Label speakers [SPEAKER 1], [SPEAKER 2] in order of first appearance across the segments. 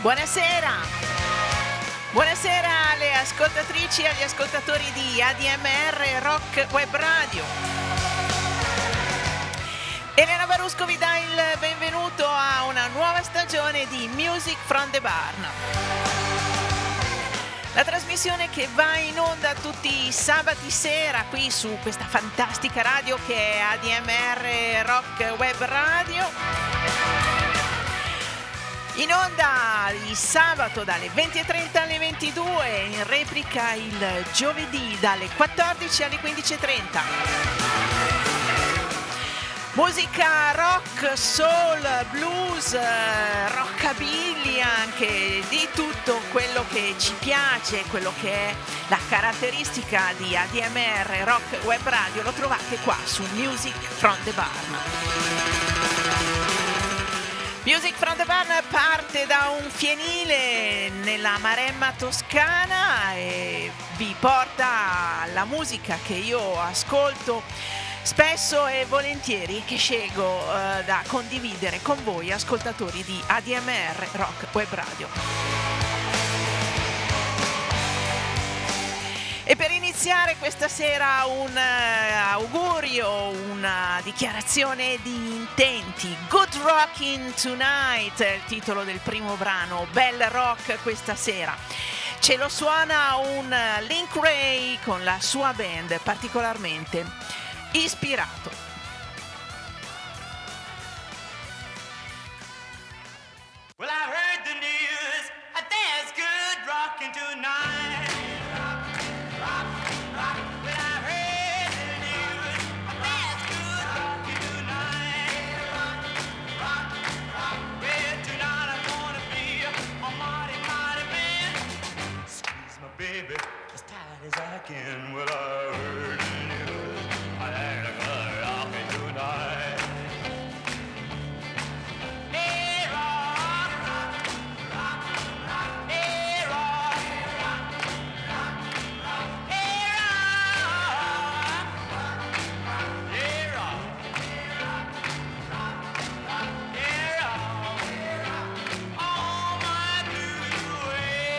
[SPEAKER 1] Buonasera. Buonasera alle ascoltatrici e agli ascoltatori di ADMR Rock Web Radio. Elena Barusco vi dà il benvenuto a una nuova stagione di Music from the Barn. La trasmissione che va in onda tutti i sabati sera qui su questa fantastica radio che è ADMR Rock Web Radio. In onda il sabato dalle 20.30 alle 22, in replica il giovedì dalle 14 alle 15.30. Musica rock, soul, blues, rockabilly, anche di tutto quello che ci piace, quello che è la caratteristica di ADMR Rock Web Radio, lo trovate qua su Music from the Barn. Music from the Barn parte da un fienile nella Maremma toscana e vi porta alla musica che io ascolto spesso e volentieri, che scelgo da condividere con voi ascoltatori di ADMR Rock Web Radio. E per iniziare questa sera un augurio, una dichiarazione di intenti. Good Rockin' Tonight è il titolo del primo brano, bel rock questa sera. Ce lo suona un Link Wray con la sua band particolarmente ispirato.
[SPEAKER 2] Well, I heard the news, there's good rockin' tonight. Baby, as tight as I can. Well, I heard the news. I had a good rockin' tonight. Hey, rock, rock, rock, rock, hey, rock, rock, rock, rock, hey, rock, hey, rock, hey, rock, all my blues away.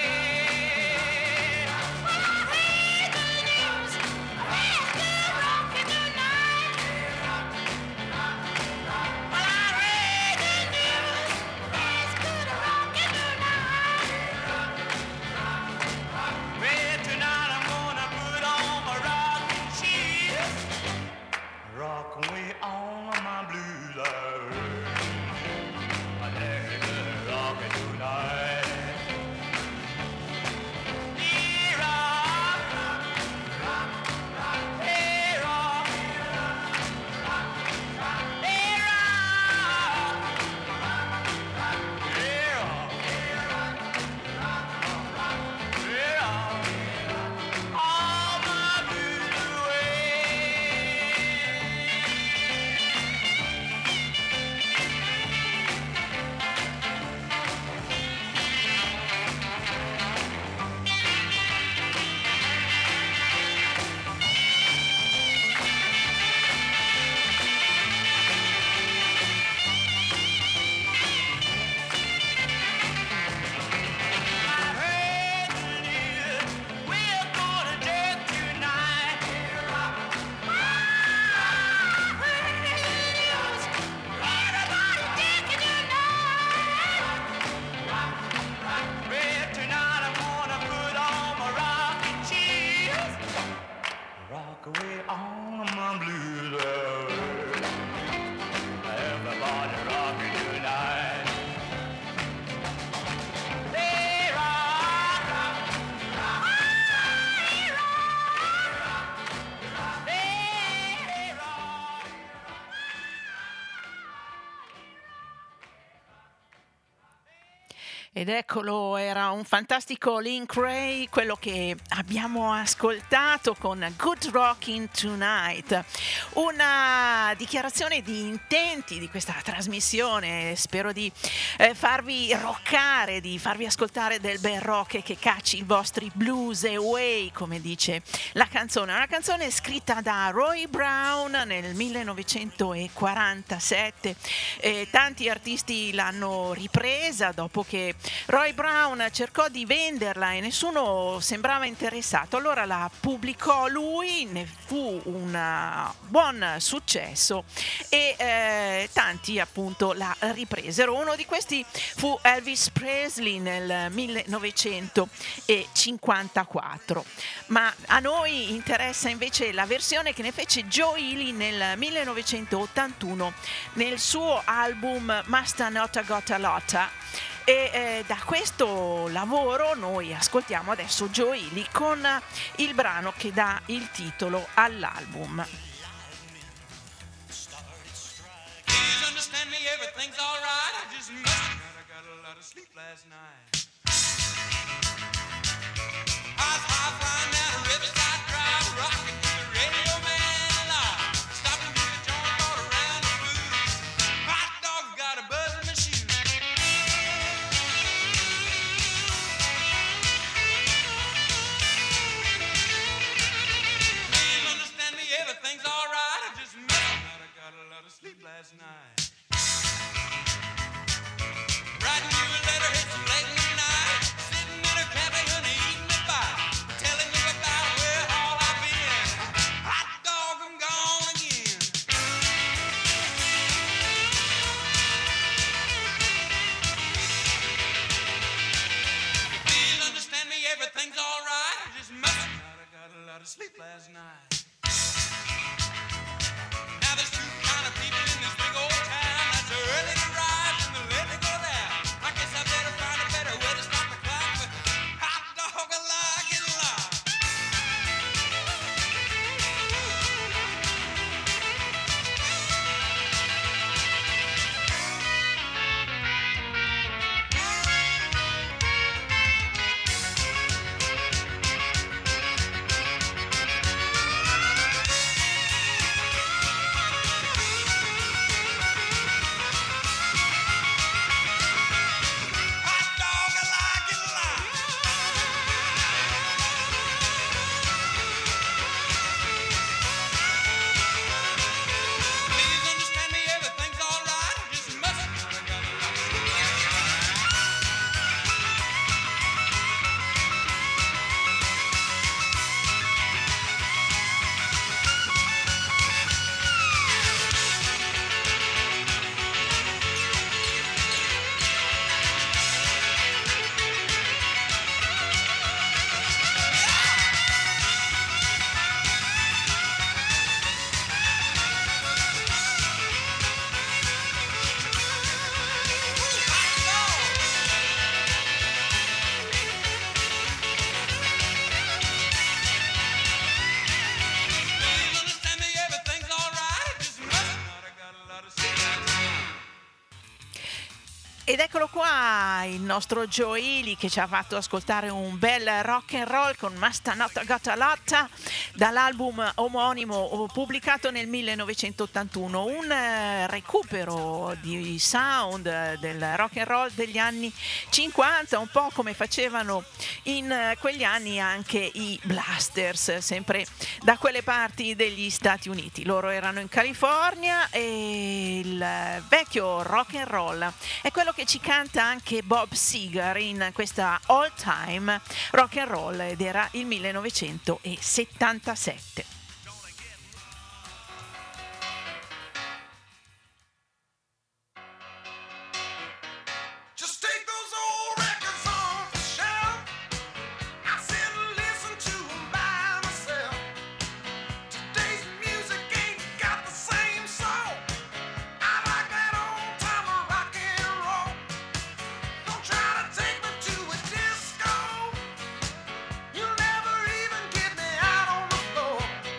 [SPEAKER 1] Ed eccolo, era un fantastico Link Wray, quello che abbiamo ascoltato con Good Rockin' Tonight. Una dichiarazione di intenti di questa trasmissione, spero di farvi rockare, di farvi ascoltare del bel rock e che cacci i vostri blues away, come dice la canzone. Una canzone scritta da Roy Brown nel 1947, tanti artisti l'hanno ripresa dopo che Roy Brown cercò di venderla e nessuno sembrava interessato, allora la pubblicò lui, ne fu un buon successo e tanti appunto la ripresero. Uno di questi fu Elvis Presley nel 1954, ma a noi interessa invece la versione che ne fece Joe Ely nel 1981 nel suo album Masta Nota Gota Lotta. E da questo lavoro noi ascoltiamo adesso Joe Ely con il brano che dà il titolo all'album.
[SPEAKER 3] Please understand me, everything's all right. I just must have got a lot of sleep last night. I was high flying down a Riverside Drive, rocking to the Radio Man alive. Stopping to the joint, bought a round of booze. Hot dog got a buzz in my shoes. Please understand me, everything's all right. I just must not have got a lot of sleep last night. Writing you a letter, hit some late in the night. Sitting in a cafe, honey, eating a bite. Telling you about where all I've been. Hot dog, I'm gone again. Please understand me, everything's all right. I just must not have got a lot of sleep last night. Now there's two kind of people in this big old town. That's the early to rise and the late to go down. I guess I better find a better way to stop the clock, but hot dog, I like it a lot. Hot dog, I like it a lot. Please understand me, everything's all right. I just must not have got a lot of sleep last night. Please understand me, everything's all right. I just must not have got a lot of sleep last night.
[SPEAKER 1] Ed eccolo qua il nostro Joe Ely che ci ha fatto ascoltare un bel rock and roll con Masta Not Gota Lotta dall'album omonimo pubblicato nel 1981, un recupero di sound del rock and roll degli anni 50, un po' come facevano in quegli anni anche i Blasters, sempre da quelle parti degli Stati Uniti. Loro erano in California e il vecchio rock and roll è quello che ci canta anche Bob Seger in questa all time rock and roll ed era il 1977.
[SPEAKER 3] Just take those old records off the shelf. I sit and listen to 'em by myself. Today's music ain't got the same soul. I like that old time rock and roll. Don't try to take me to a disco. You'll never even get me out on the floor.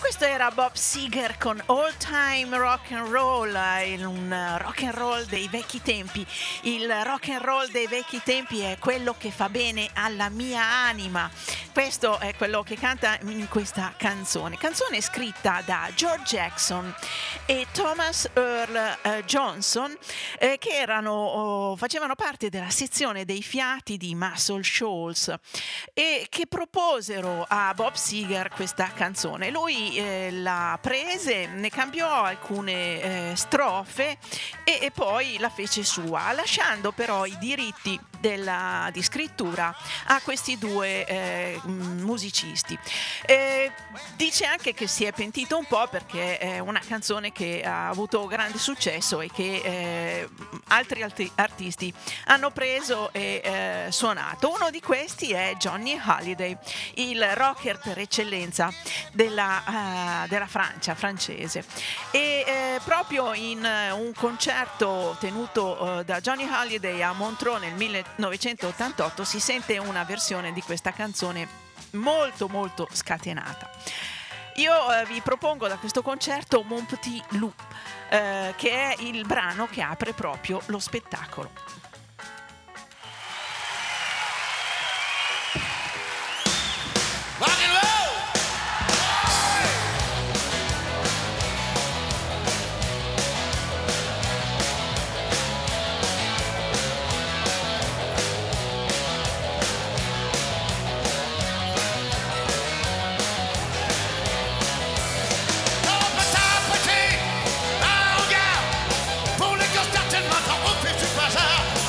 [SPEAKER 1] Questo era Bob Seger con All Time Rock and Roll, un rock and roll dei vecchi tempi. Il rock and roll dei vecchi tempi è quello che fa bene alla mia anima. Questo è quello che canta in questa canzone scritta da George Jackson e Thomas Earl Johnson, che facevano parte della sezione dei fiati di Muscle Shoals e che proposero a Bob Seger questa canzone. Lui la prese, ne cambiò alcune strofe e poi la fece sua, lasciando però i diritti di scrittura a questi due musicisti. Dice anche che si è pentito un po' perché è una canzone che ha avuto grande successo e che altri artisti hanno preso e suonato. Uno di questi è Johnny Hallyday, il rocker per eccellenza della francese, e proprio in un concerto tenuto da Johnny Hallyday a Montreux nel 1988 si sente una versione di questa canzone molto molto scatenata. Io vi propongo da questo concerto Mon Petit Loup, che è il brano che apre proprio lo spettacolo.
[SPEAKER 3] Rock and roll! Pour les constater, maintenant, on fait du bazar.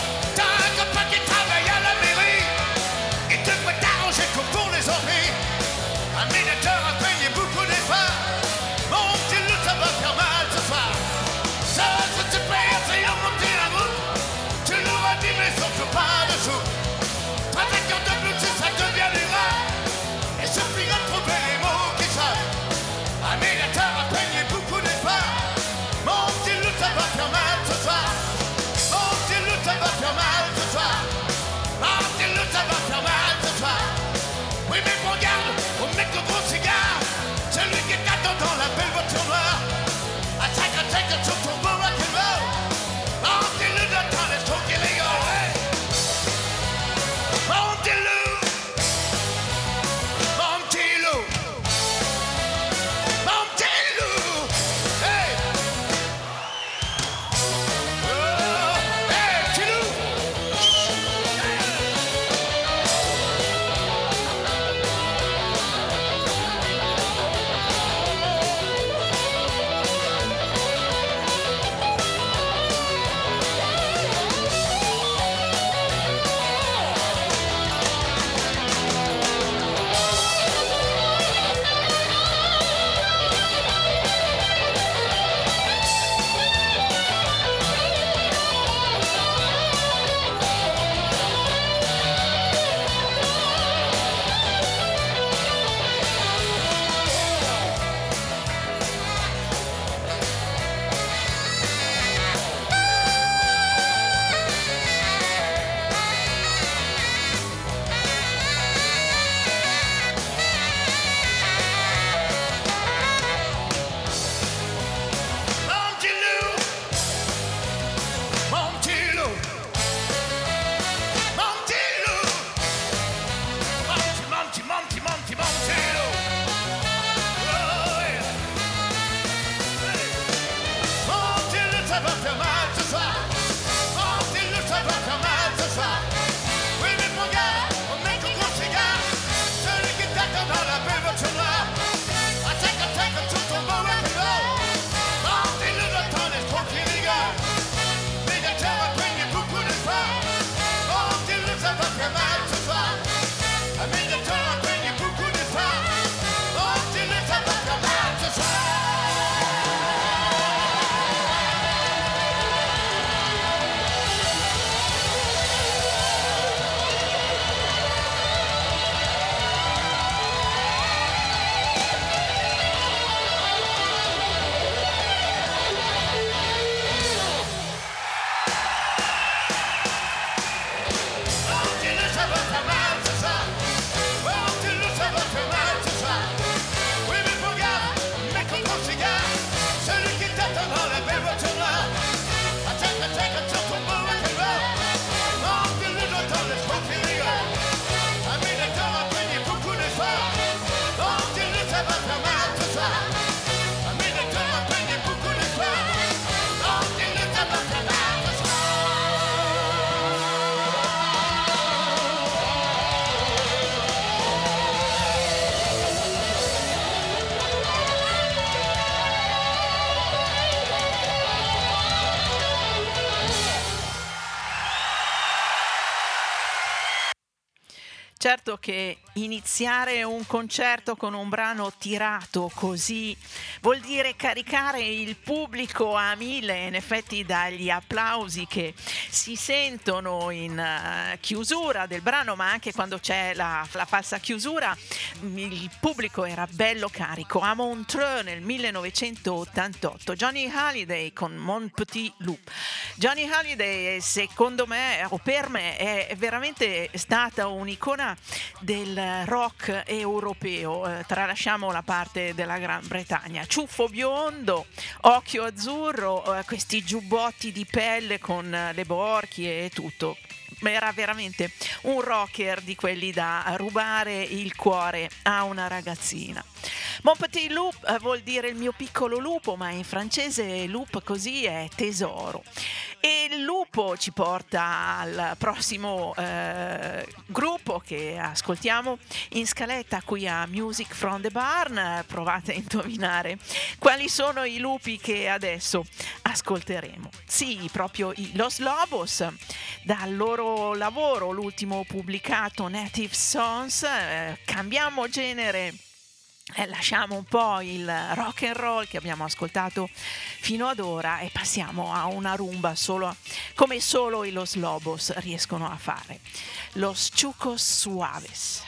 [SPEAKER 1] certo che iniziare un concerto con un brano tirato così vuol dire caricare il pubblico a 1000, in effetti dagli applausi che si sentono in chiusura del brano, ma anche quando c'è la falsa chiusura, il pubblico era bello carico. A Montreux nel 1988, Johnny Hallyday con Mon Petit Loup. Johnny Hallyday, secondo me, o per me, è veramente stata un'icona del rock europeo. Tralasciamo la parte della Gran Bretagna. Ciuffo biondo, occhio azzurro, questi giubbotti di pelle con le borchie e tutto. Era veramente un rocker di quelli da rubare il cuore a una ragazzina. Mon petit loup vuol dire il mio piccolo lupo, ma in francese loup così è tesoro. E il lupo ci porta al prossimo gruppo che ascoltiamo in scaletta qui a Music from the Barn. Provate a indovinare quali sono i lupi che adesso ascolteremo. Sì, proprio i Los Lobos, dal loro lavoro, l'ultimo pubblicato, Native Songs. Cambiamo genere. Lasciamo un po' il rock and roll che abbiamo ascoltato fino ad ora e passiamo a una rumba come solo i Los Lobos riescono a fare. Los Chucos Suaves.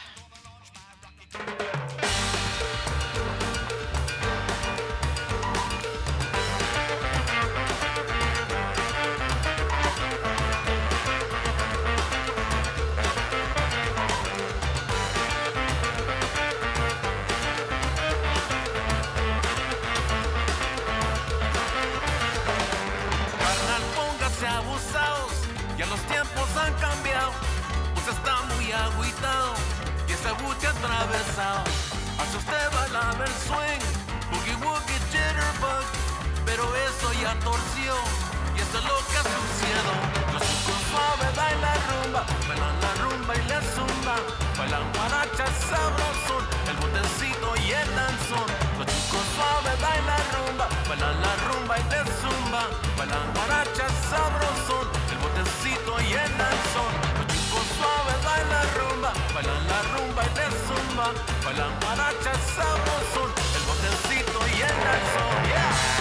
[SPEAKER 4] Carnal, póngase abusados, ya los tiempos han cambiado. Usted está muy agüitado y ese buche atravesado. Hace usted bailar el swing, boogie woogie jitterbug, pero eso ya torció y eso es lo que ha sucedido. Los chicos suaves bailan la rumba y le zumba, bailan guaracha sabrosón, el botecito y el danzón. Los chicos suaves bailan la rumba y le zumba, bailan guaracha sabrosón, el botecito y el danzón. Los chicos suaves bailan la rumba y le zumba, bailan guaracha sabrosón, el botecito y el danzón. Yeah.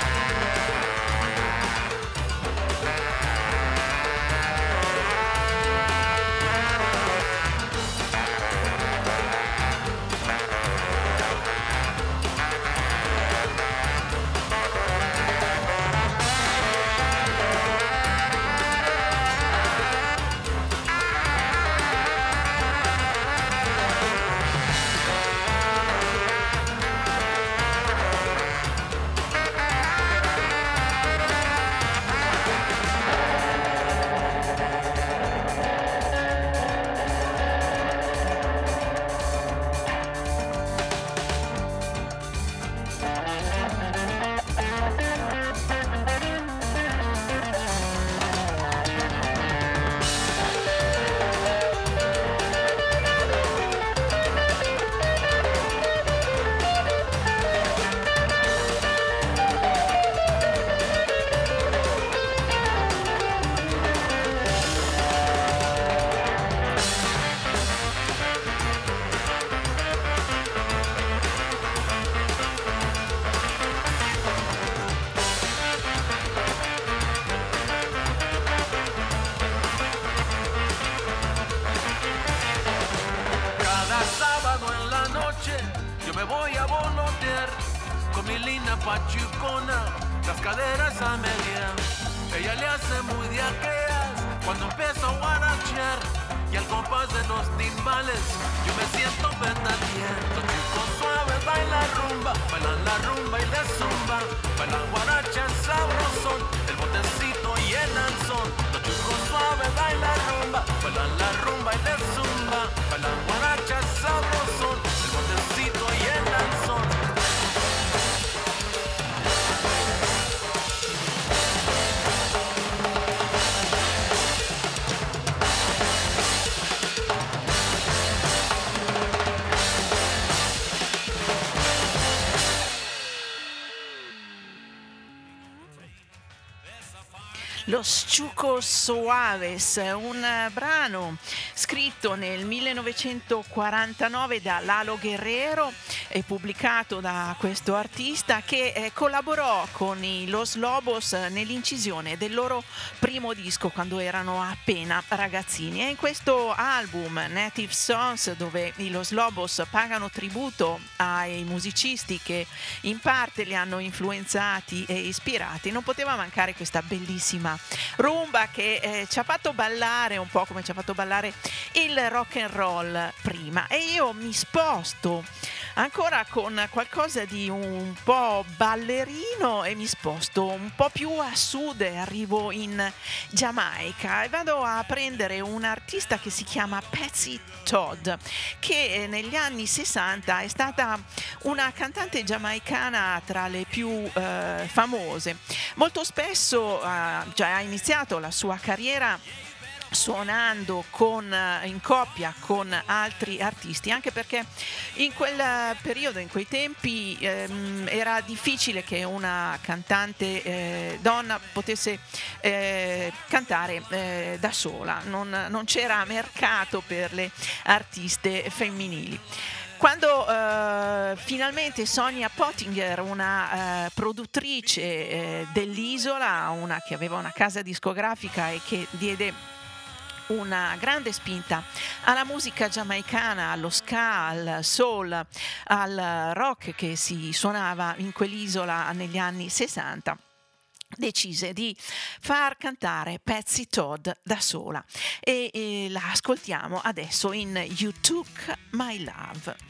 [SPEAKER 4] Yo me voy a volotear con mi linda pachucona, las caderas a media. Ella le hace muy de aquellas cuando empiezo a guarachear y al compás de los timbales yo me siento petatear. Los chicos suaves bailan la rumba y le zumba, bailan guaracha sabrosón, el botecito y el danzón. Los chicos suaves bailan la rumba y le zumba, bailan guaracha sabrosón, el botecito y el danzón.
[SPEAKER 1] Los Chucos Suaves, un brano scritto nel 1949 da Lalo Guerrero e pubblicato da questo artista che collaborò con i Los Lobos nell'incisione del loro primo disco quando erano appena ragazzini. E in questo album Native Songs, dove i Los Lobos pagano tributo ai musicisti che in parte li hanno influenzati e ispirati, non poteva mancare questa bellissima rumba che ci ha fatto ballare un po' come ci ha fatto ballare il rock and roll prima. E io mi sposto ancora con qualcosa di un po' ballerino e mi sposto un po' più a sud e arrivo in Giamaica e vado a prendere un artista che si chiama Patsy Todd, che negli anni 60 è stata una cantante giamaicana tra le più famose. Molto spesso ha iniziato la sua carriera suonando in coppia con altri artisti, anche perché in quel periodo, in quei tempi, era difficile che una cantante donna potesse cantare da sola, non c'era mercato per le artiste femminili. Quando finalmente Sonia Pottinger, una produttrice dell'isola, una che aveva una casa discografica e che diede una grande spinta alla musica giamaicana, allo ska, al soul, al rock che si suonava in quell'isola negli anni 60, decise di far cantare Patsy Todd da sola e la ascoltiamo adesso in You Took My Love.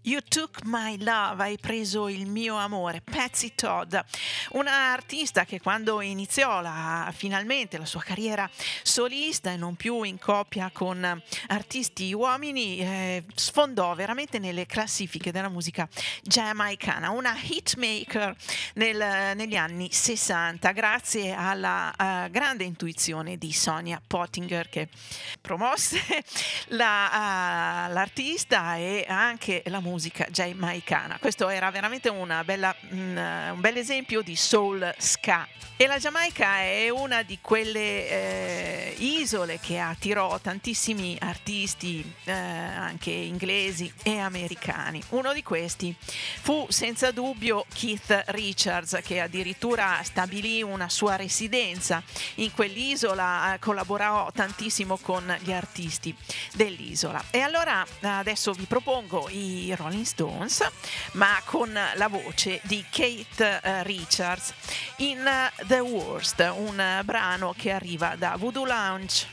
[SPEAKER 1] You Took My Love, hai preso il mio amore, Patsy Todd, una artista che quando iniziò finalmente la sua carriera solista e non più in coppia con artisti uomini, sfondò veramente nelle classifiche della musica giamaicana, una hitmaker negli anni 60 grazie alla grande intuizione di Sonia Pottinger, che promosse l'artista e anche la musica giamaicana. Questo era veramente un bel esempio di soul ska. E la Giamaica è una di quelle isole che attirò tantissimi artisti anche inglesi e americani. Uno di questi fu senza dubbio Keith Richards, che addirittura stabilì una sua residenza in quell'isola, collaborò tantissimo con gli artisti dell'isola. E allora adesso vi propongo i Rolling Stones, ma con la voce di Keith Richards in The Worst, un brano che arriva da Voodoo Lounge.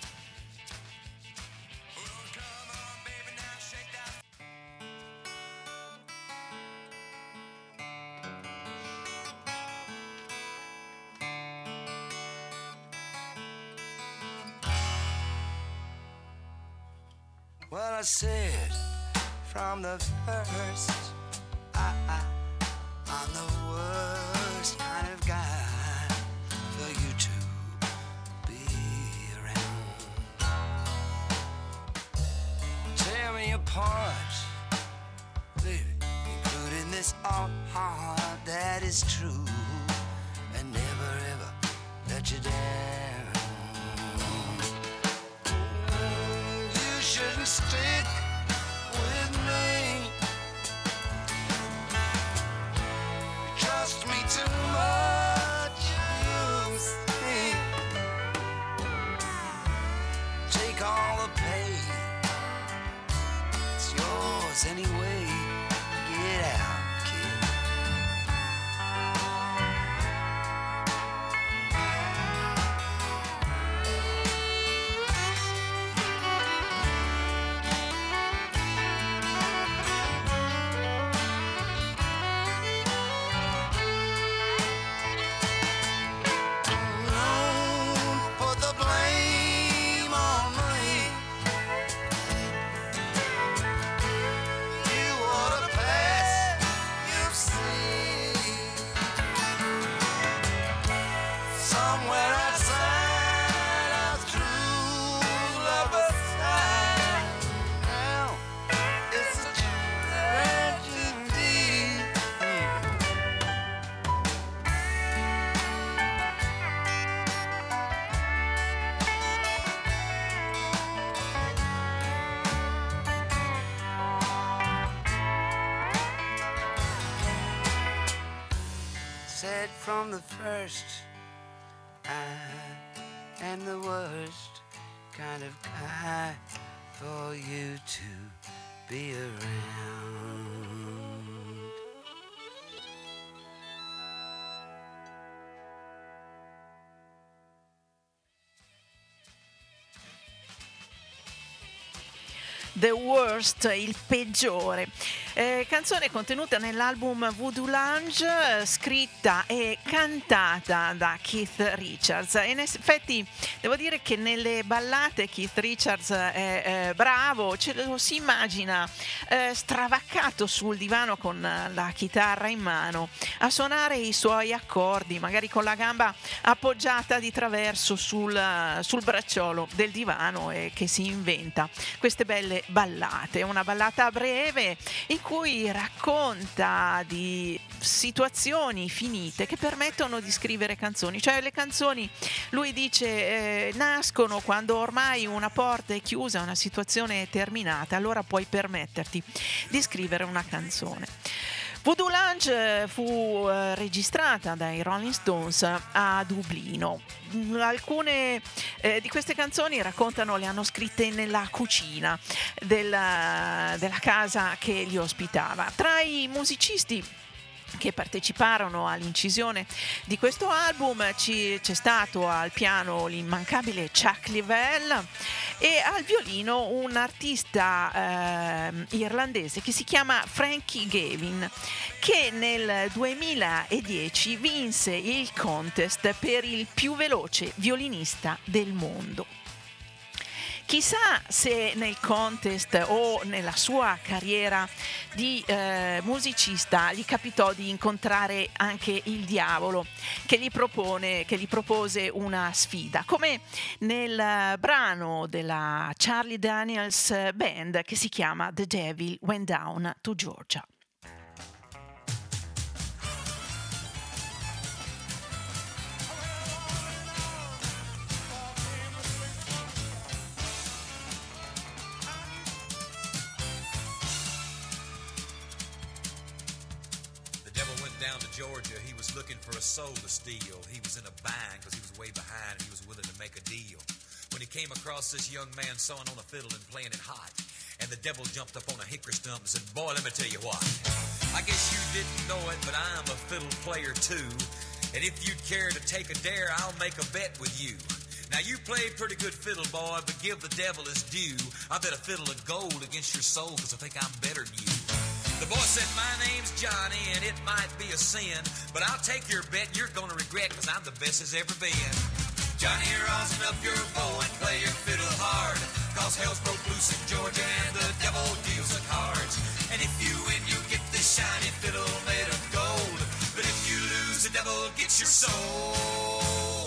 [SPEAKER 3] Well, I said from the first, I'm the worst kind of guy for you to be around. Tear me apart, baby, including this all heart that is true, and never ever let you down. You shouldn't stick with me. Trust me too much, you see. Take all the pain, it's yours anyway. Get out, kid. Don't put the blame on me. You ought to pass, you see. Somewhere outside our true lover's side. Now it's a tragedy. Said from the first, I am the worst kind of guy for you to be around.
[SPEAKER 1] The Worst, il peggiore. Canzone contenuta nell'album Voodoo Lounge, scritta e cantata da Keith Richards. E in effetti devo dire che nelle ballate Keith Richards è bravo, ce lo si immagina stravaccato sul divano con la chitarra in mano a suonare i suoi accordi, magari con la gamba appoggiata di traverso sul bracciolo del divano, e che si inventa queste belle ballate. Una ballata breve in cui racconta di situazioni finite che permettono di scrivere canzoni. Cioè le canzoni, lui dice, nascono quando ormai una porta è chiusa, una situazione è terminata, allora puoi permetterti di scrivere una canzone. Voodoo Lounge fu registrata dai Rolling Stones a Dublino. Alcune di queste canzoni le hanno scritte nella cucina della casa che li ospitava. Tra i musicisti che parteciparono all'incisione di questo album. C'è stato al piano l'immancabile Chuck Leavell e al violino un artista irlandese che si chiama Frankie Gavin, che nel 2010 vinse il contest per il più veloce violinista del mondo. Chissà se nel contest o nella sua carriera di musicista gli capitò di incontrare anche il diavolo che gli propose una sfida, come nel brano della Charlie Daniels Band che si chiama The Devil Went Down to Georgia.
[SPEAKER 5] Georgia, he was looking for a soul to steal. He was in a bind because he was way behind and he was willing to make a deal. When he came across this young man sawing on a fiddle and playing it hot, and the devil jumped up on a hickory stump and said, boy, let me tell you what. I guess you didn't know it, but I'm a fiddle player too. And if you'd care to take a dare, I'll make a bet with you. Now you played pretty good fiddle, boy, but give the devil his due. I bet a fiddle of gold against your soul because I think I'm better than you. The boy said, my name's Johnny, and it might be a sin, but I'll take your bet and you're gonna regret, because I'm the best there's ever been. Johnny, rosin up your bow and play your fiddle hard, cause hell's broke loose in Georgia and the devil deals the cards. And if you win, you get this shiny fiddle made of gold, but if you lose, the devil gets your soul.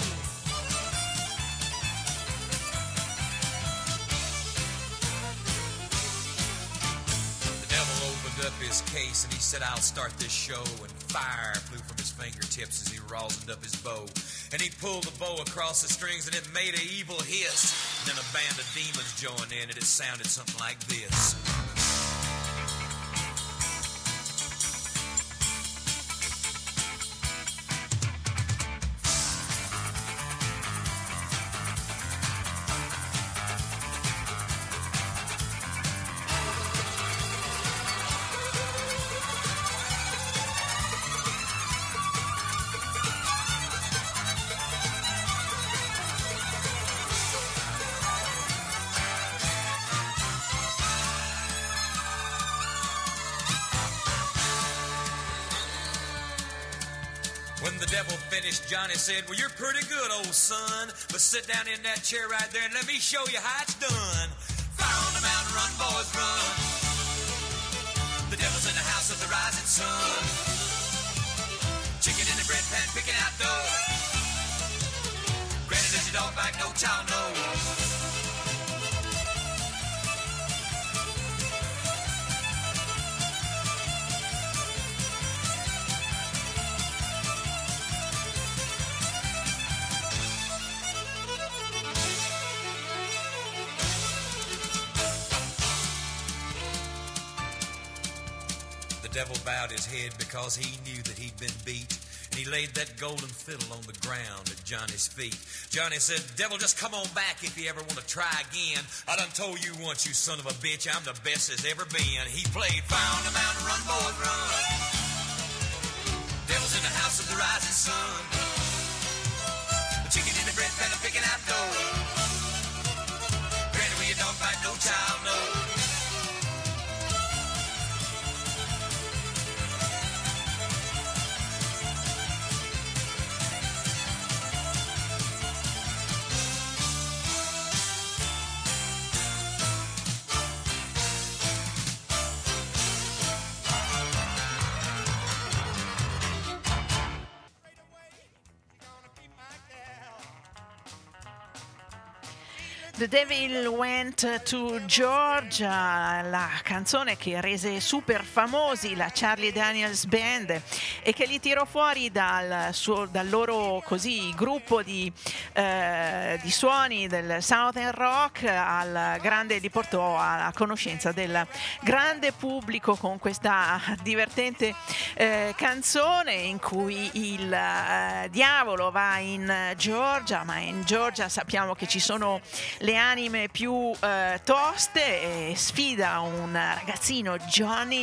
[SPEAKER 5] Up his case and he said, I'll start this show, and fire flew from his fingertips as he rosined up his bow, and he pulled the bow across the strings and it made an evil hiss. Then a band of demons joined in and it sounded something like this. Johnny said, well, you're pretty good, old son, but sit down in that chair right there and let me show you how it's done. Fire on the mountain, run, boys, run. The devil's in the house of the rising sun. Chicken in the bread pan, picking out dough. Granny, does your dog bite? No child knows. The devil bowed his head because he knew that he'd been beat, and he laid that golden fiddle on the ground at Johnny's feet. Johnny said, devil, just come on back if you ever want to try again. I done told you once, you son of a bitch, I'm the best there's ever been. He played Fire on the Mountain, Run, Boys, Run. Devil's in the house of the rising sun. The chicken in the bread pan, I'm picking out dough. Granny, when you don't bite, no child knows.
[SPEAKER 1] The Devil Went to Georgia, la canzone che rese super famosi la Charlie Daniels Band e che li tirò fuori dal loro così gruppo di suoni del Southern Rock li portò alla conoscenza del grande pubblico con questa divertente canzone in cui il diavolo va in Georgia, ma in Georgia sappiamo che ci sono le le anime più toste, sfida un ragazzino, Johnny,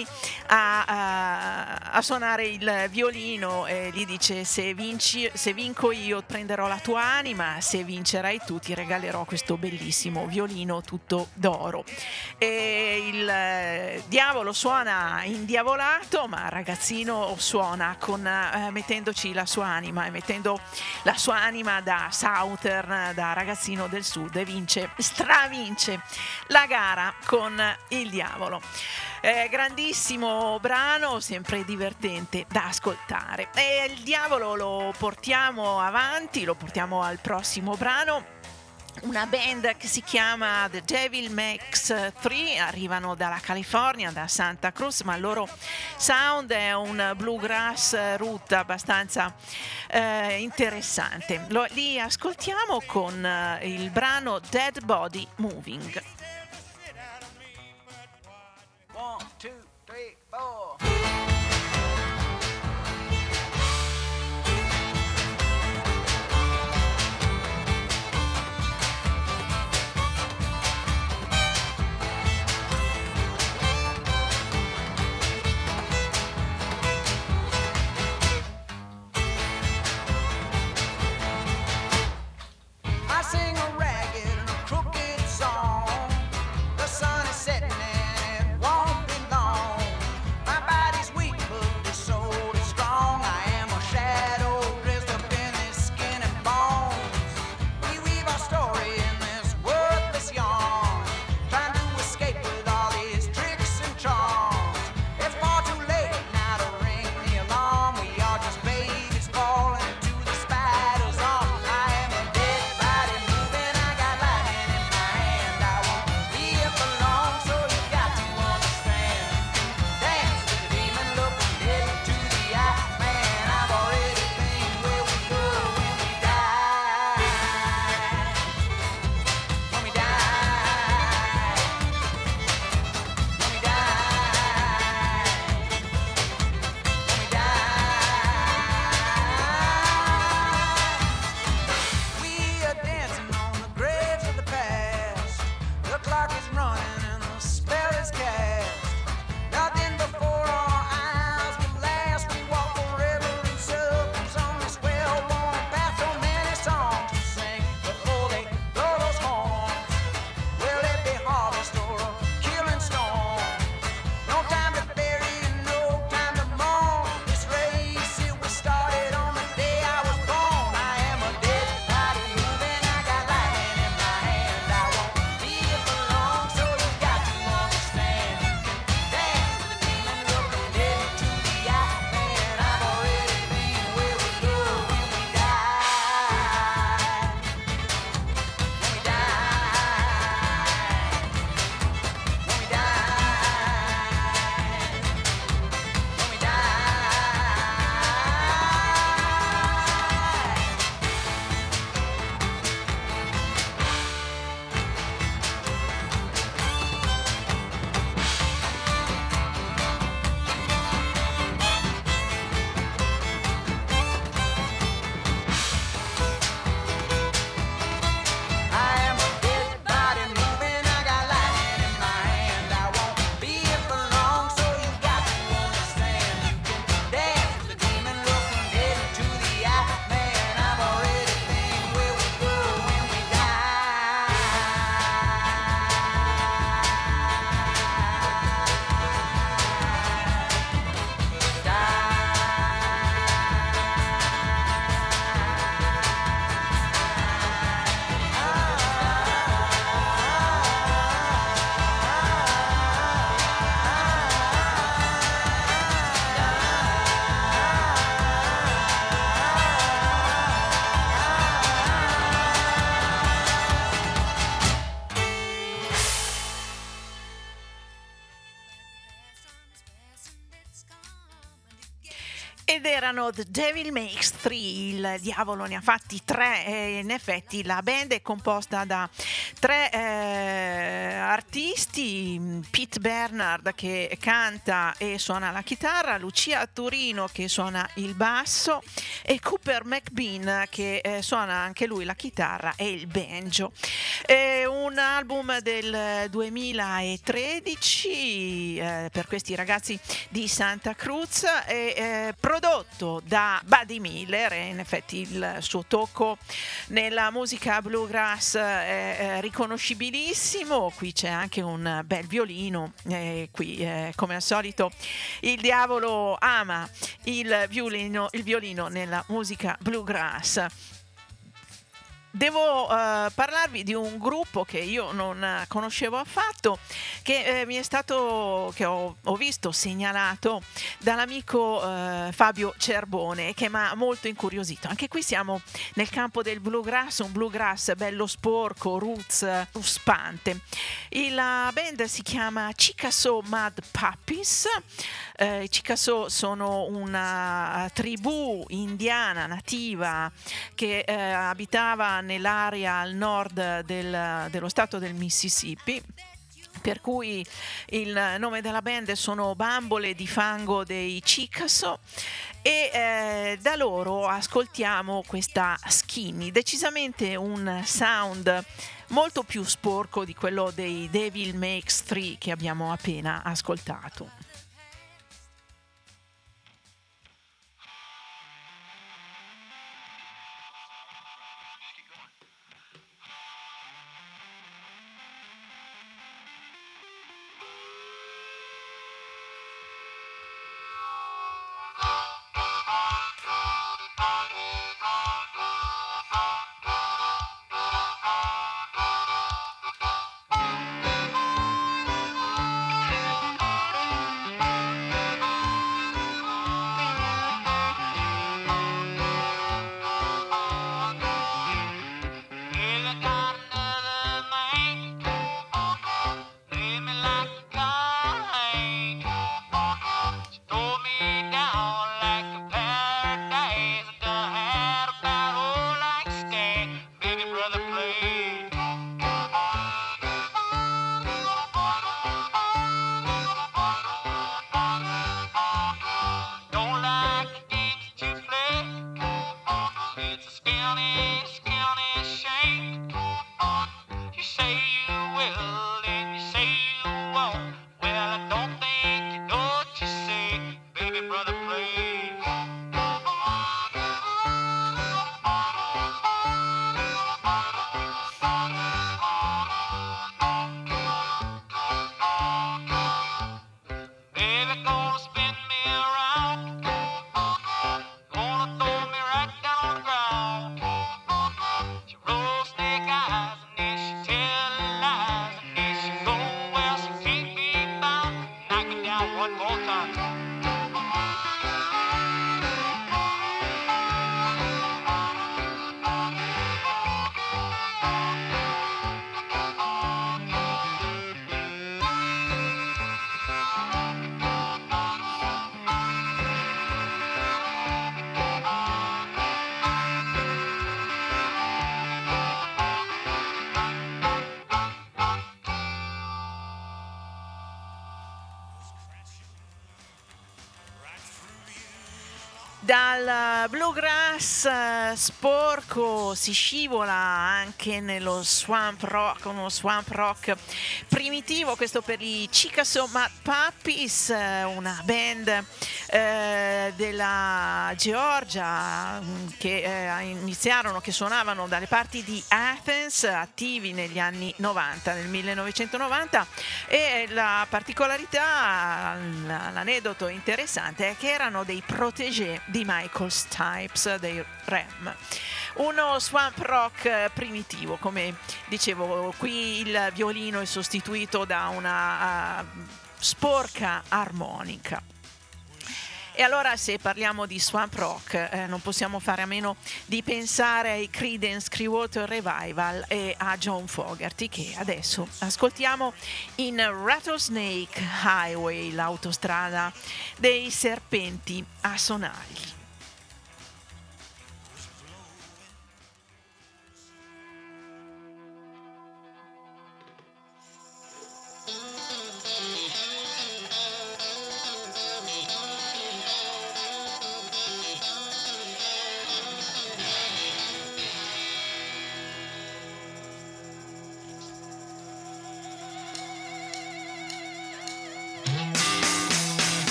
[SPEAKER 1] a suonare il violino e gli dice: se vinco io prenderò la tua anima, se vincerai tu ti regalerò questo bellissimo violino tutto d'oro. E il diavolo suona indiavolato, ma il ragazzino suona mettendoci la sua anima, e mettendo la sua anima da Southern, da ragazzino del sud, e stravince la gara con il diavolo. Grandissimo brano, sempre divertente da ascoltare. E il diavolo lo portiamo avanti, lo portiamo al prossimo brano. Una band che si chiama The Devil Makes 3, arrivano dalla California, da Santa Cruz, ma il loro sound è un bluegrass root abbastanza interessante. Li ascoltiamo con il brano Dead Body Moving.
[SPEAKER 6] 1, 2, 3, 4. I sing a ragged and a crooked song.
[SPEAKER 1] erano The Devil Makes Three, il diavolo ne ha fatti tre, e in effetti la band è composta da tre artisti: Pete Bernard che canta e suona la chitarra, Lucia Turino che suona il basso e Cooper McBean che suona anche lui la chitarra e il banjo. È un album del 2013 per questi ragazzi di Santa Cruz, è prodotto da Buddy Miller e in effetti il suo tocco nella musica bluegrass è riconoscibilissimo. Qui c'è anche un bel violino, qui come al solito il diavolo ama il violino nella musica bluegrass. Devo parlarvi di un gruppo che io non conoscevo affatto, che mi è stato, che ho visto segnalato dall'amico Fabio Cerbone, che mi ha molto incuriosito. Anche qui siamo nel campo del bluegrass, un bluegrass bello sporco, roots, ruspante. La band si chiama Chickasaw Mud Puppies. I Chickasaw sono una tribù indiana nativa che abitava nell'area al nord dello stato del Mississippi, per cui il nome della band sono Bambole di fango dei Chickasaw, e da loro ascoltiamo questa Skinny, decisamente un sound molto più sporco di quello dei Devil Makes Three che abbiamo appena ascoltato. Dal bluegrass sporco si scivola anche nello swamp rock, uno swamp rock primitivo, questo per i Chickasaw Mud Puppies, una band della Georgia che suonavano dalle parti di Athens, attivi negli anni 90, nel 1990, e la particolarità, l'aneddoto interessante è che erano dei protégé di Michael Stipe dei Ram. Uno swamp rock primitivo, come dicevo. Qui il violino è sostituito da una sporca armonica. E allora, se parliamo di swamp rock, non possiamo fare a meno di pensare ai Creedence Clearwater Revival e a John Fogerty, che adesso ascoltiamo in Rattlesnake Highway, l'autostrada dei serpenti a sonagli.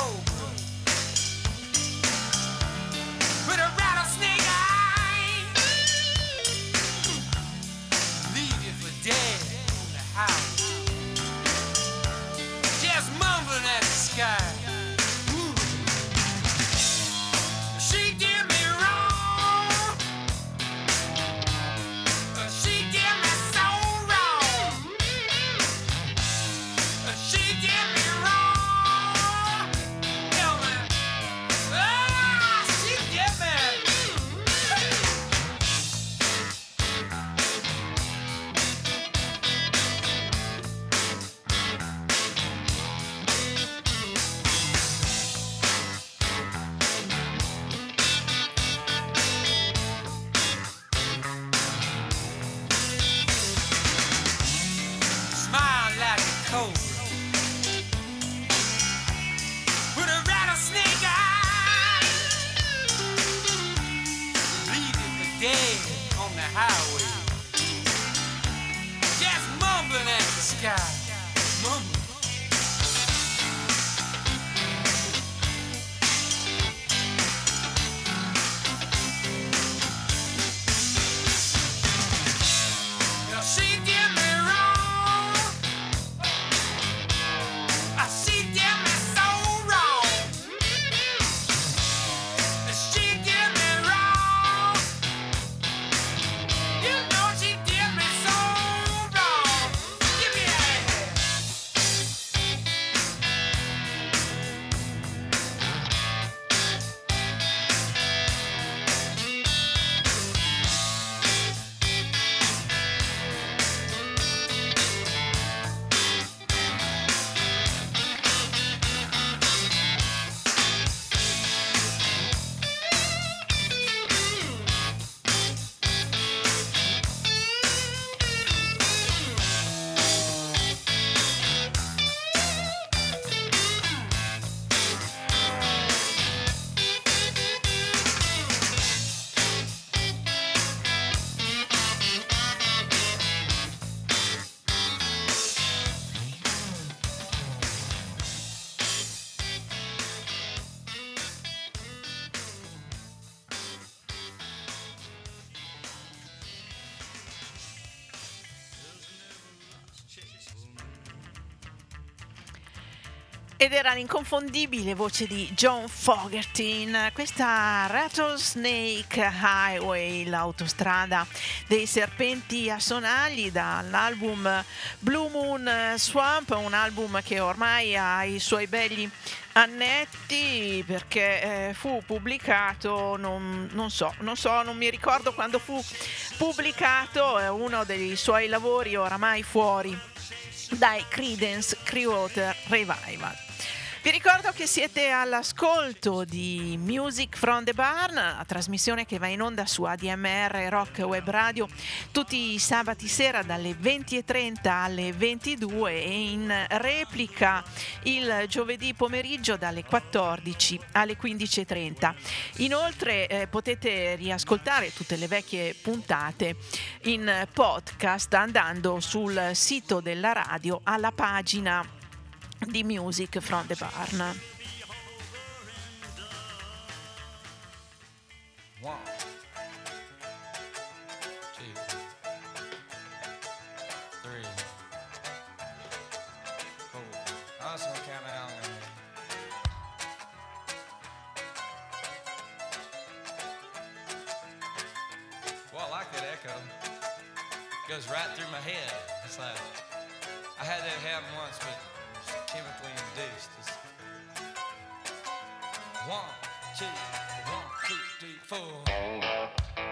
[SPEAKER 3] cobra with a rattlesnake eye. Leave you for dead in the house, just mumbling at the sky. Ooh. She did me wrong. She did me so wrong. She did me wrong. Tell me. Ah, she did me. Smile like a cobra with a rattlesnake eye. Leave you for dead on the highway, just mumbling at the sky. Mumbling. Now she did me wrong. She did me so wrong. She did me wrong. You know she did me so wrong. Give me that.
[SPEAKER 1] Ed era l'inconfondibile voce di John Fogerty in questa Rattlesnake Highway, l'autostrada dei serpenti a sonagli, dall'album Blue Moon Swamp, un album che ormai ha i suoi belli annetti, perché fu pubblicato, non mi ricordo quando fu pubblicato, uno dei suoi lavori oramai fuori dai Creedence Clearwater Revival. Vi ricordo che siete all'ascolto di Music from the Barn, la trasmissione che va in onda su ADMR Rock Web Radio tutti i sabati sera dalle 20:30 alle 22 e in replica il giovedì pomeriggio dalle 14 alle 15:30. Inoltre potete riascoltare tutte le vecchie puntate in podcast andando sul sito della radio alla pagina di Music from the Barn.
[SPEAKER 3] 1, 2, 3, 4. I was gonna count it out. Well, I like that echo. Goes right through my head. It's like I had that happen once, but it's chemically induced. It's 1, 2, 1, 2, 3, 4.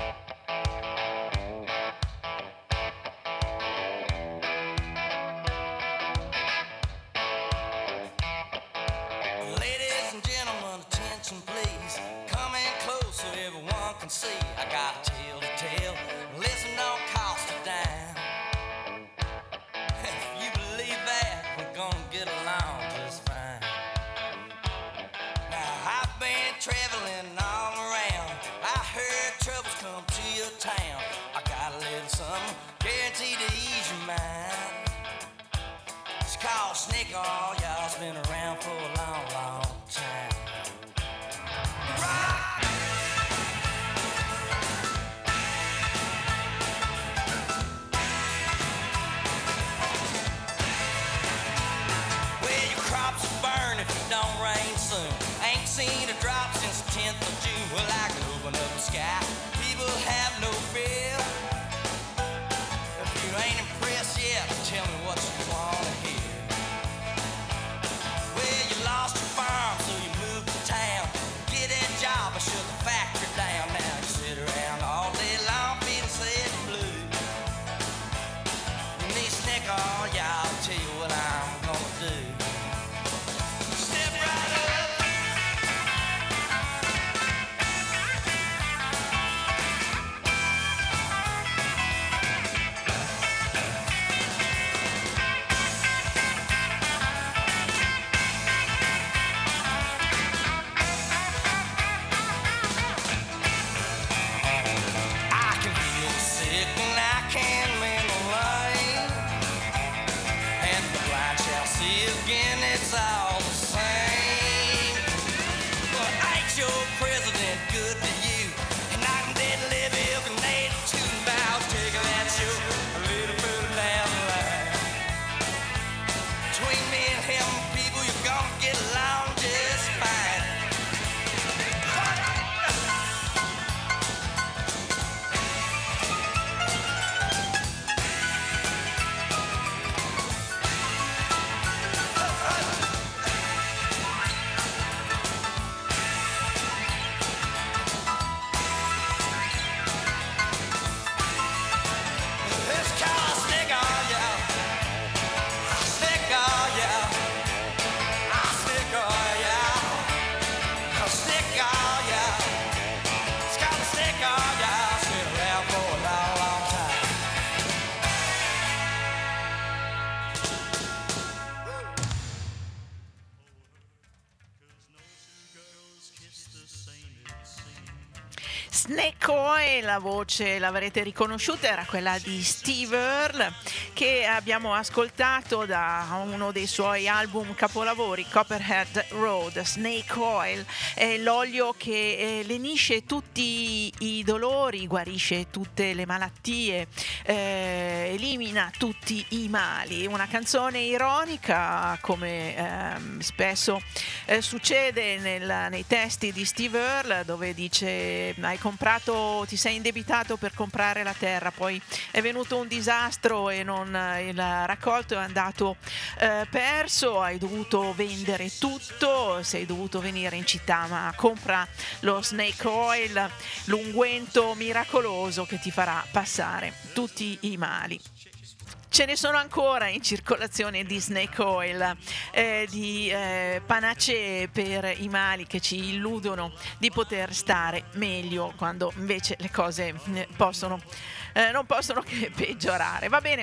[SPEAKER 3] Ladies and gentlemen, attention please. Come in close so everyone can see. I got a tale to tell. Listen, don't cost a dime. If you believe that, we're gonna get along just fine. Now I've been traveling all around. I heard troubles come to your town. I got a little something guaranteed to ease your mind. It's called Snake Oil, y'all's been around for a long, long
[SPEAKER 7] if it don't rain soon. Ain't seen a drop since the 10th of June. Well, I can open up the sky. People have no fear. If you ain't impressed yet, tell me what you wanna hear. Well, you lost your farm, so you moved to town. Get that job or shut the factory down. Now you sit around all day long feeling sad and blue. You need Snick, oh yeah, I'll tell you what I'm gonna do. Step right up. I can heal the sick and I can mend the lame. And the blind shall see again, it's all the same. But ain't your president good to you? And I can dead live every native tune about taking that show a little further down the line. Between me and him, people, you're gonna get along just fine. It's called Snick, oh yeah. Snick, oh yeah. Snick, oh yeah. Snick, oh yeah. It's called Snick, oh yeah. It's been around for a long, long time.
[SPEAKER 1] Snake Oil, la voce l'avrete riconosciuta, era quella di Steve Earle, che abbiamo ascoltato da uno dei suoi album capolavori, Copperhead Road. Snake Oil è l'olio che lenisce tutti i dolori, guarisce tutte le malattie, elimina tutti i mali. Una canzone ironica, come spesso succede nei testi di Steve Earle, dove dice: ti sei indebitato per comprare la terra, poi è venuto un disastro e il raccolto è andato perso, hai dovuto vendere tutto, sei dovuto venire in città, ma compra lo Snake Oil, l'unguento miracoloso che ti farà passare tutti i mali. Ce ne sono ancora in circolazione di Snake Oil, di panacee per i mali che ci illudono di poter stare meglio, quando invece le cose non possono che peggiorare. Va bene,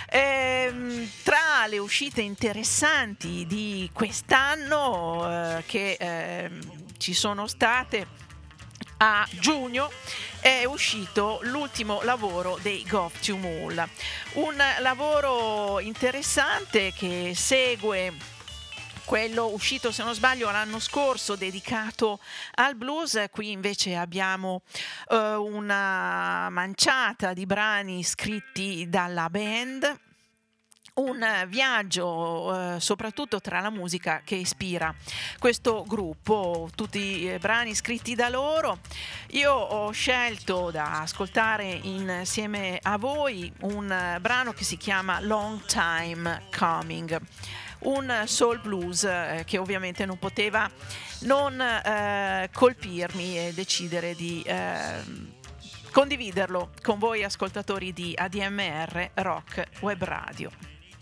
[SPEAKER 1] tra le uscite interessanti di quest'anno che ci sono state, a giugno è uscito l'ultimo lavoro dei Gov to Mool, un lavoro interessante che segue quello uscito, se non sbaglio, l'anno scorso, dedicato al blues. Qui invece abbiamo una manciata di brani scritti dalla band, un viaggio soprattutto tra la musica che ispira questo gruppo, tutti brani scritti da loro. Io ho scelto da ascoltare insieme a voi un brano che si chiama Long Time Coming, un soul blues che ovviamente non poteva non colpirmi e decidere di condividerlo con voi ascoltatori di ADMR Rock Web Radio.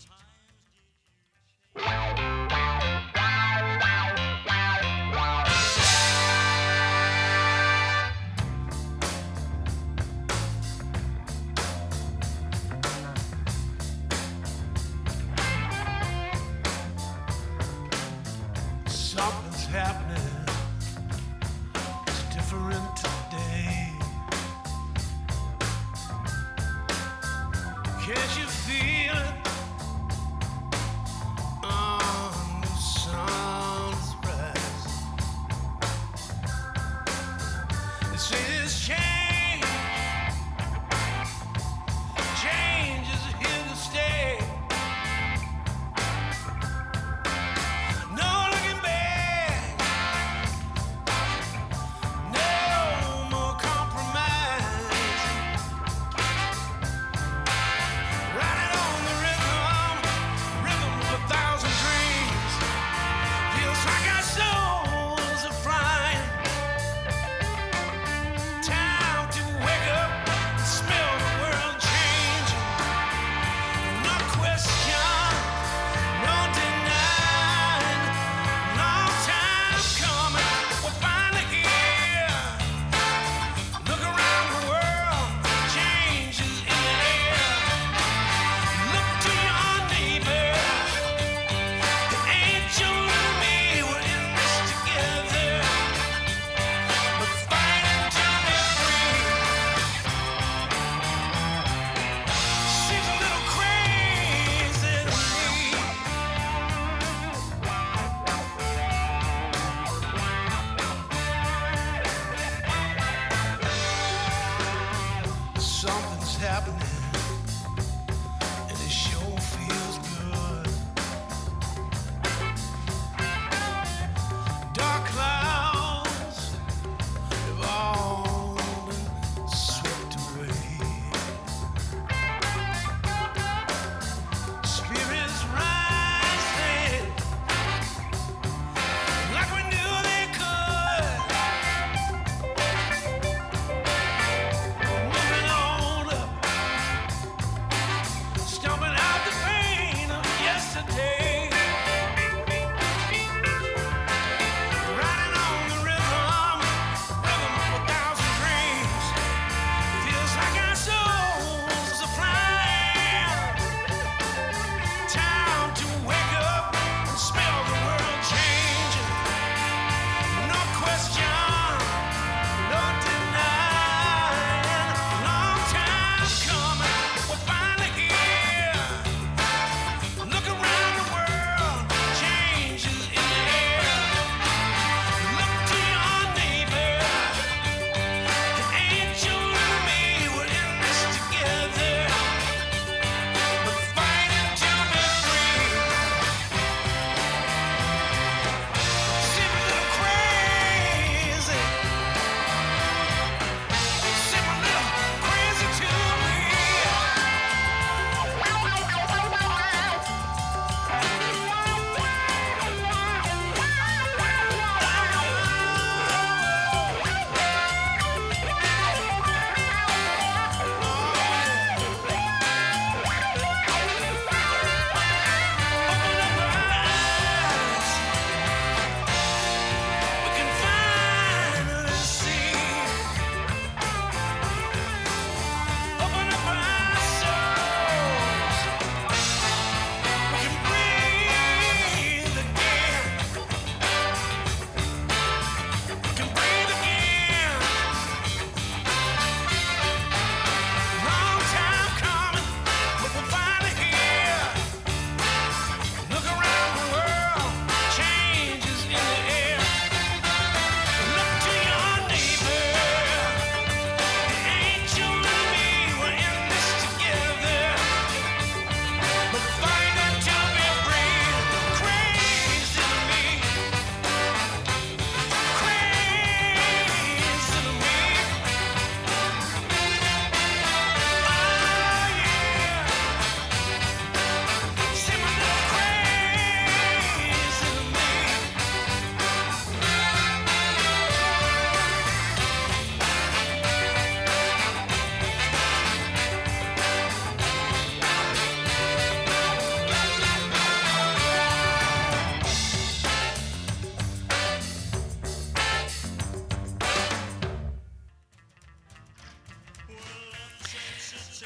[SPEAKER 3] Something's happening. It's different today. Can't you feel it? The sun's rise. They say this change is here to stay. No looking back.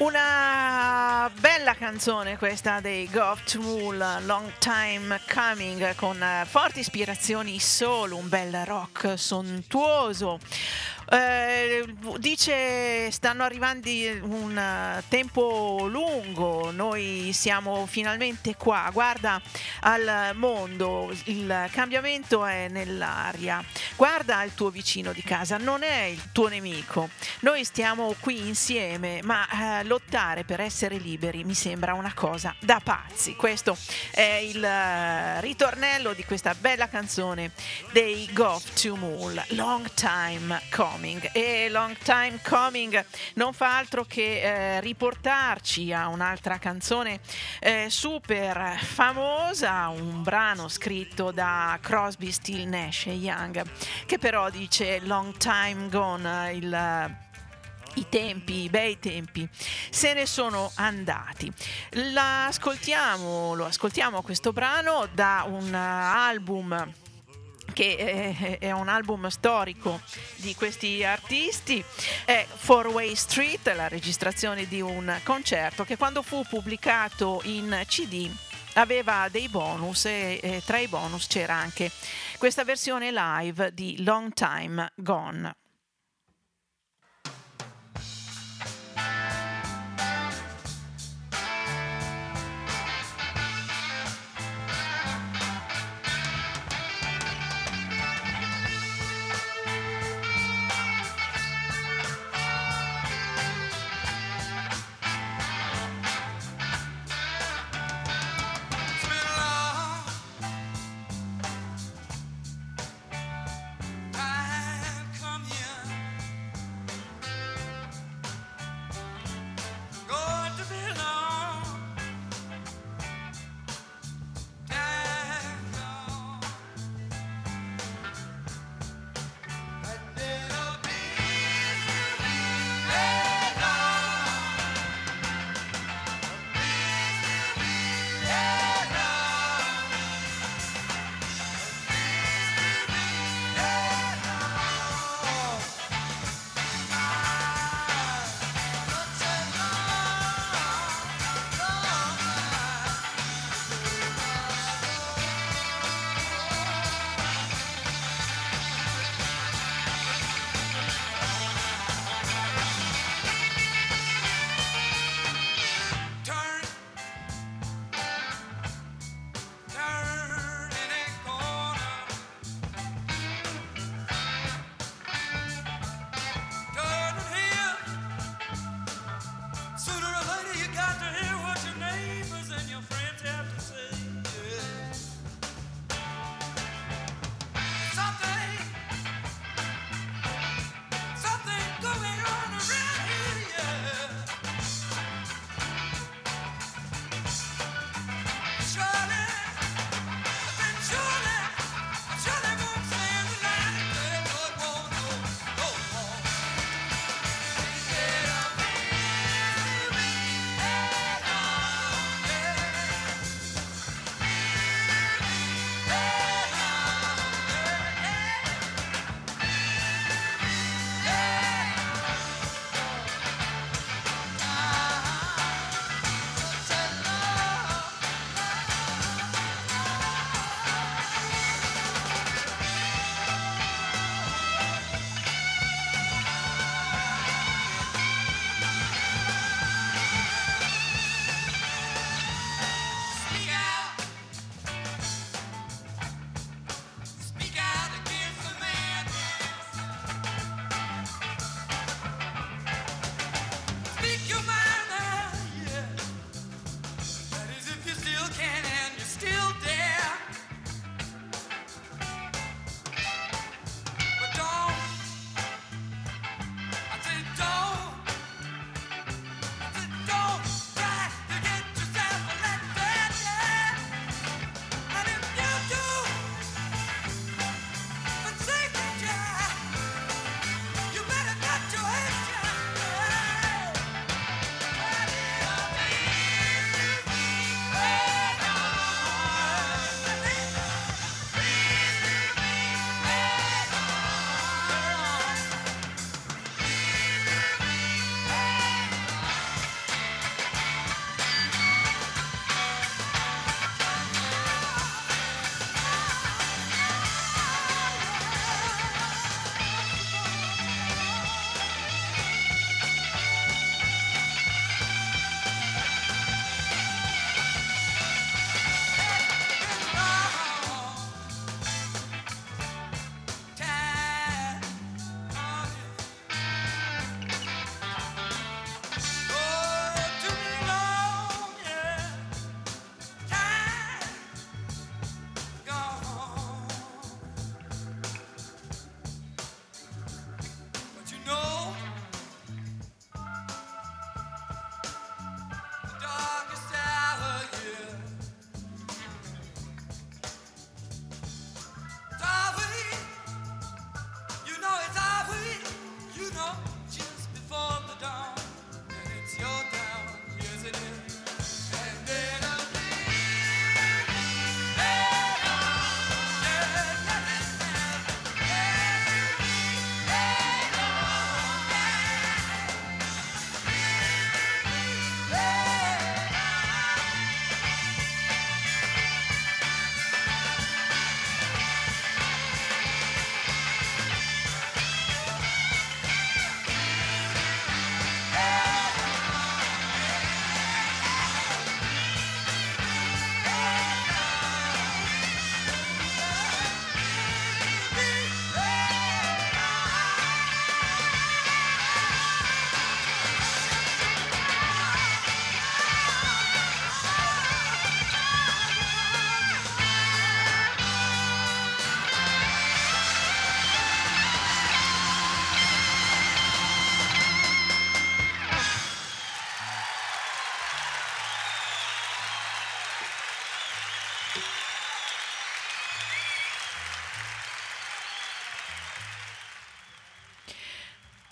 [SPEAKER 1] Una bella canzone questa dei Gov Tool, Long Time Coming, con forti ispirazioni soul, un bel rock sontuoso. Dice stanno arrivando un tempo lungo, noi siamo finalmente qua, guarda al mondo, il cambiamento è nell'aria, guarda il tuo vicino di casa, non è il tuo nemico, noi stiamo qui insieme, ma lottare per essere liberi mi sembra una cosa da pazzi. Questo è il ritornello di questa bella canzone dei Gov Tool, Long Time Coming. E Long Time Coming non fa altro che riportarci a un'altra canzone super famosa, un brano scritto da Crosby, Still, Nash e Young, che però dice Long Time Gone, i tempi, i bei tempi se ne sono andati. Lo ascoltiamo questo brano da un album che è un album storico di questi artisti, è Four Way Street, la registrazione di un concerto che quando fu pubblicato in CD aveva dei bonus e tra i bonus c'era anche questa versione live di Long Time Gone.
[SPEAKER 3] Come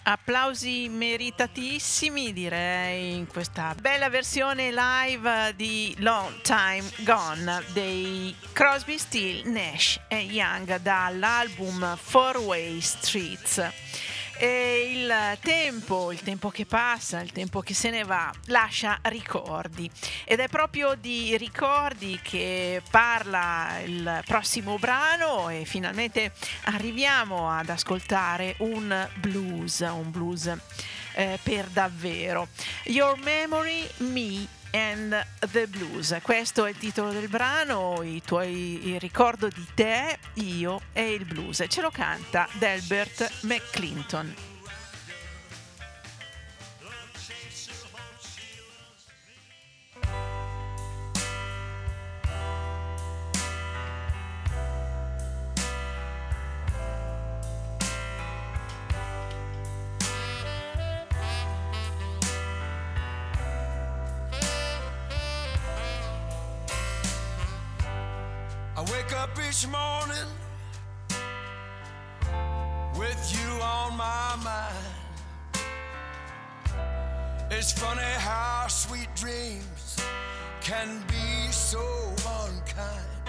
[SPEAKER 1] applausi meritatissimi, direi, in questa bella versione live di Long Time Gone dei Crosby, Still, Nash e Young dall'album Four Way Streets. E il tempo che passa, il tempo che se ne va, lascia ricordi, ed è proprio di ricordi che parla il prossimo brano, e finalmente arriviamo ad ascoltare un blues per davvero. Your Memory, Me and the Blues, questo è il titolo del brano, il ricordo di te, io e il blues. Ce lo canta Delbert McClinton.
[SPEAKER 3] I wake up each morning with you on my mind. It's funny how sweet dreams can be so unkind.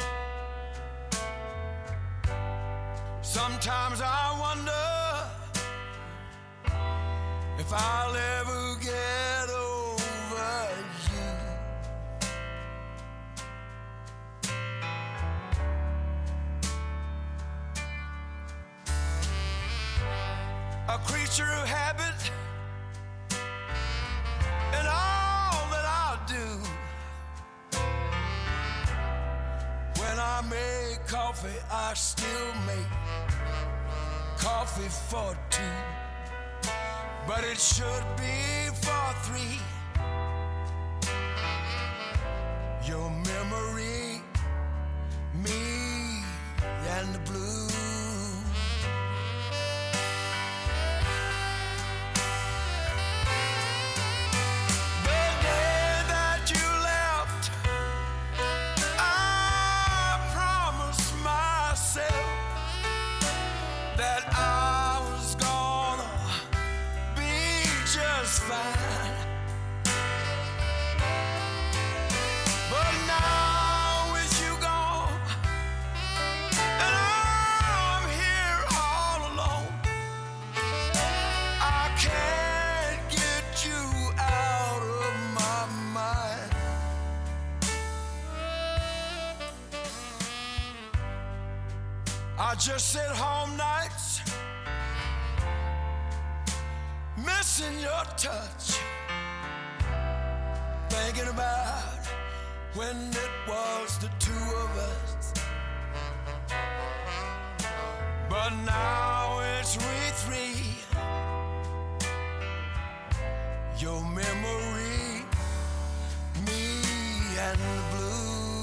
[SPEAKER 3] Sometimes I wonder if I'll ever get over you. A creature of habit in all that I do. When I make coffee, I still make coffee for two, but it should be for three. Your memory, me, and the blues. I just sit home nights, missing your touch, thinking about when it was the two of us. But now it's we three. Your memory, me and the blues.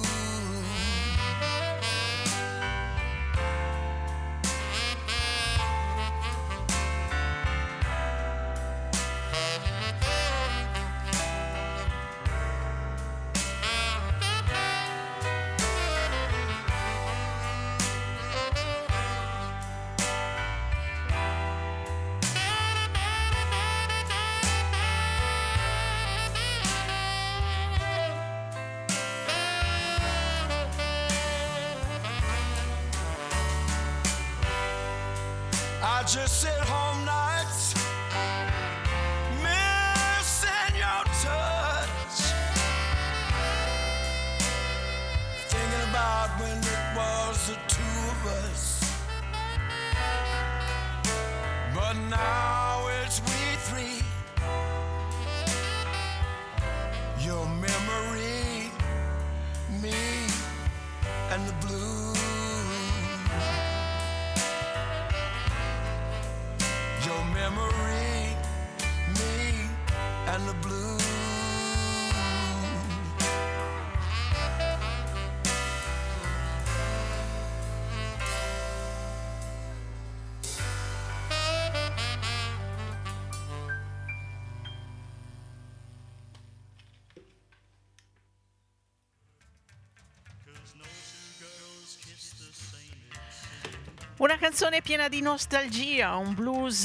[SPEAKER 3] I just sit home nights, missing your touch, thinking about when it was the two of us. But now it's we three. Your memory, me, and the blues. Your memory, me, and the blues.
[SPEAKER 1] Una canzone piena di nostalgia, un blues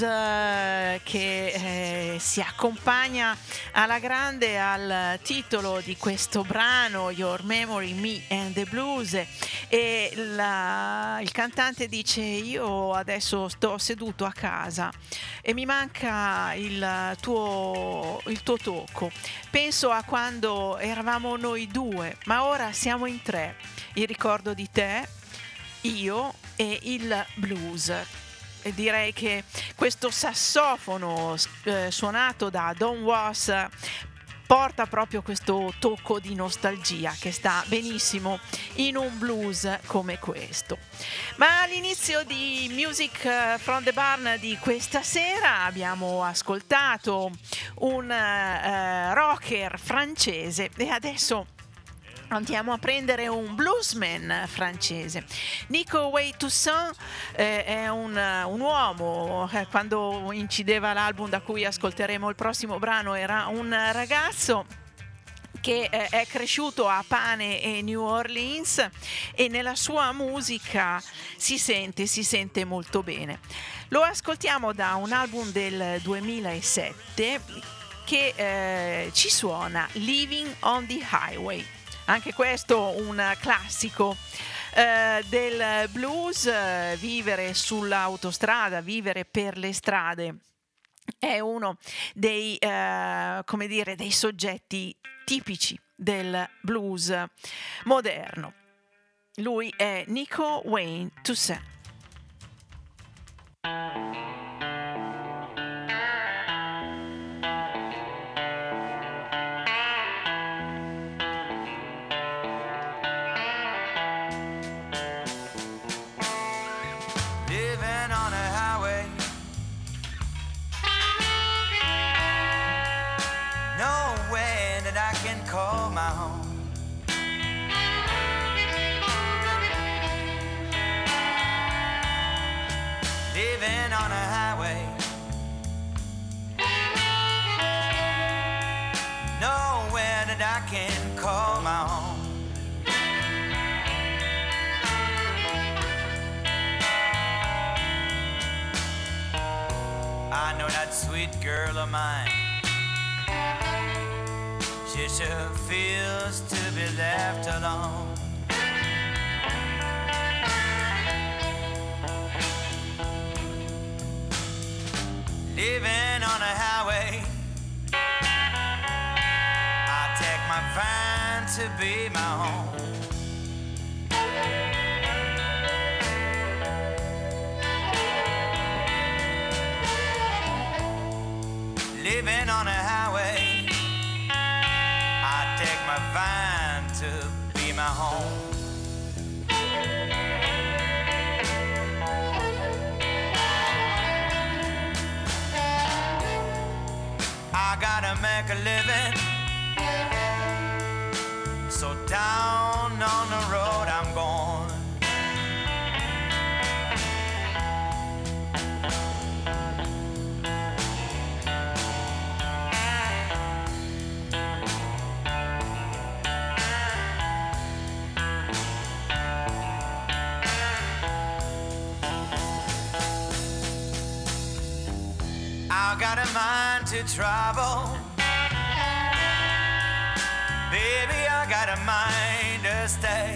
[SPEAKER 1] che si accompagna alla grande al titolo di questo brano, Your Memory, Me and the Blues, e il cantante dice: io adesso sto seduto a casa e mi manca il tuo tocco, penso a quando eravamo noi due, ma ora siamo in tre, il ricordo di te, io e il blues. E direi che questo sassofono suonato da Don Was porta proprio questo tocco di nostalgia che sta benissimo in un blues come questo. Ma all'inizio di Music from the Barn di questa sera abbiamo ascoltato un rocker francese e adesso andiamo a prendere un bluesman francese. Nico Way Toussaint è un uomo, quando incideva l'album da cui ascolteremo il prossimo brano era un ragazzo che è cresciuto a Pane e New Orleans e nella sua musica si sente molto bene. Lo ascoltiamo da un album del 2007 che ci suona Living on the Highway. Anche questo un classico del blues, vivere sull'autostrada, vivere per le strade. È uno dei, dei soggetti tipici del blues moderno. Lui è Nico Wayne Toussaint.
[SPEAKER 6] Living on a highway, nowhere that I can call my home. Living on a highway, nowhere that I can call my home. I know that sweet girl of mine, she sure feels to be left alone. Living on a highway, I take my van to be my home. Living on a highway, I take my van to be my home. I gotta make a living, so down on the road I'm going. I got a mind to travel, baby, I got a mind to stay.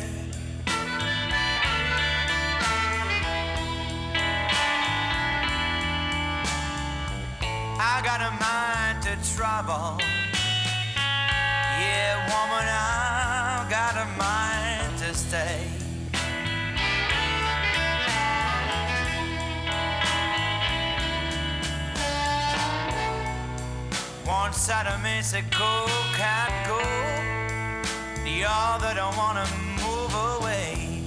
[SPEAKER 6] I got a mind to travel, yeah, woman, I got a mind to stay. One side of me said go, can't go, the other don't wanna move away.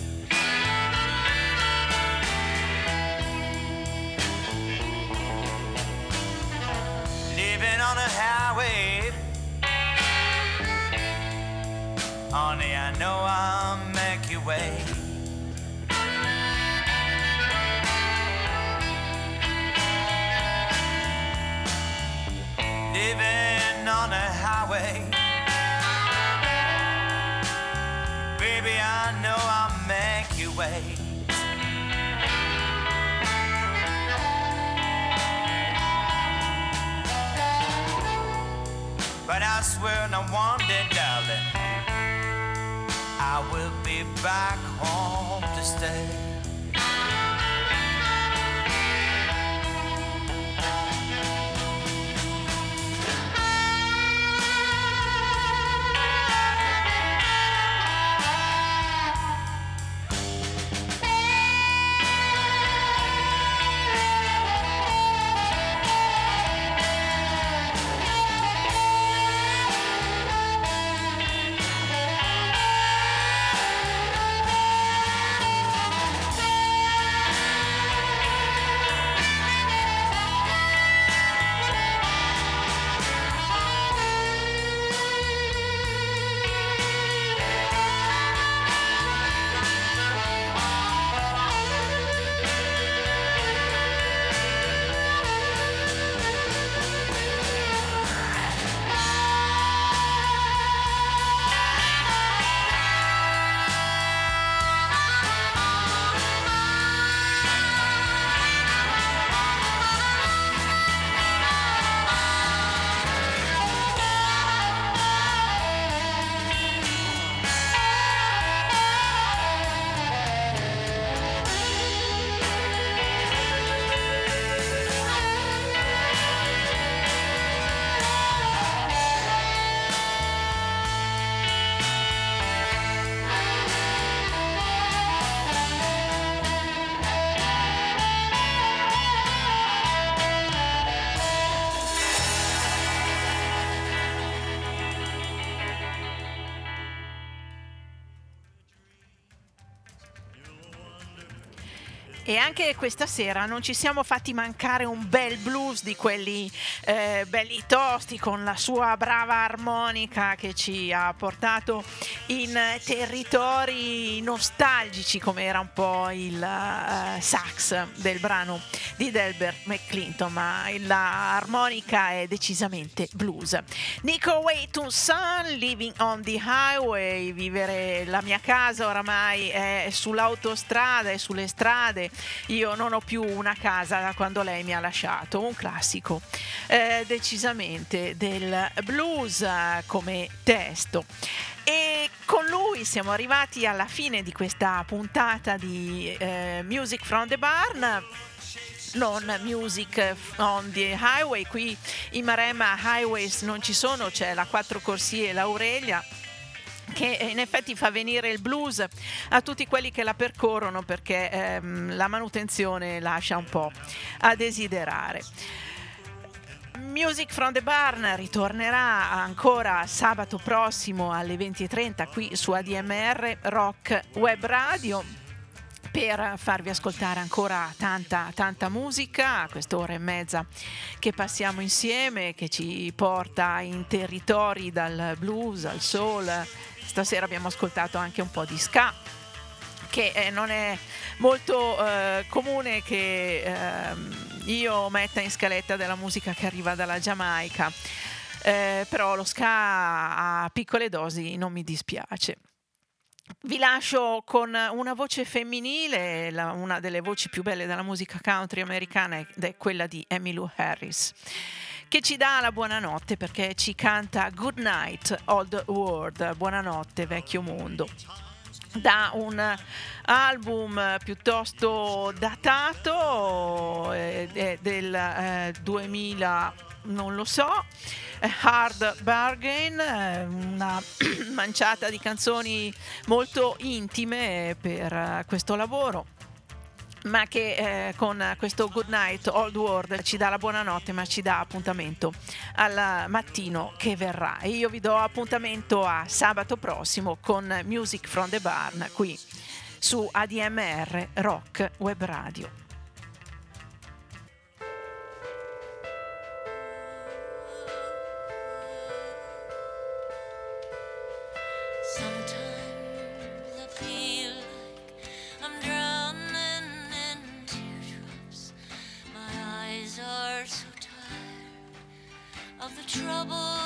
[SPEAKER 6] Living on a highway, honey, I know I'll make you wait. Living on a highway, baby, I know I'll make you wait. swear now one day, darling, I will be back home to stay.
[SPEAKER 1] E anche questa sera non ci siamo fatti mancare un bel blues di quelli belli tosti, con la sua brava armonica che ci ha portato in territori nostalgici, come era un po' il sax del brano di Delbert McClinton, ma l'armonica è decisamente blues. Nico Wayton-Sun, Living on the Highway, vivere la mia casa oramai è sull'autostrada e sulle strade. Io non ho più una casa da quando lei mi ha lasciato, un classico decisamente del blues come testo. E con lui siamo arrivati alla fine di questa puntata di Music from the Barn. Non Music on the Highway, qui in Maremma highways non ci sono, c'è la Quattro Corsie e l'Aurelia, che in effetti fa venire il blues a tutti quelli che la percorrono, perché la manutenzione lascia un po' a desiderare. Music from the Barn ritornerà ancora sabato prossimo alle 20:30 qui su ADMR Rock Web Radio, per farvi ascoltare ancora tanta musica, quest'ora e mezza che passiamo insieme, che ci porta in territori dal blues al soul. Stasera abbiamo ascoltato anche un po' di ska, che non è molto comune che io metta in scaletta della musica che arriva dalla Giamaica, però lo ska a piccole dosi non mi dispiace. Vi lascio con una voce femminile, una delle voci più belle della musica country americana, ed è quella di Emmylou Harris, che ci dà la buonanotte perché ci canta Good Night Old World, buonanotte vecchio mondo, da un album piuttosto datato del 2000, non lo so, Hard Bargain, una manciata di canzoni molto intime per questo lavoro, ma che con questo Good Night Old World ci dà la buonanotte, ma ci dà appuntamento al mattino che verrà. E io vi do appuntamento a sabato prossimo con Music from the Barn qui su ADMR Rock Web Radio.
[SPEAKER 8] Trouble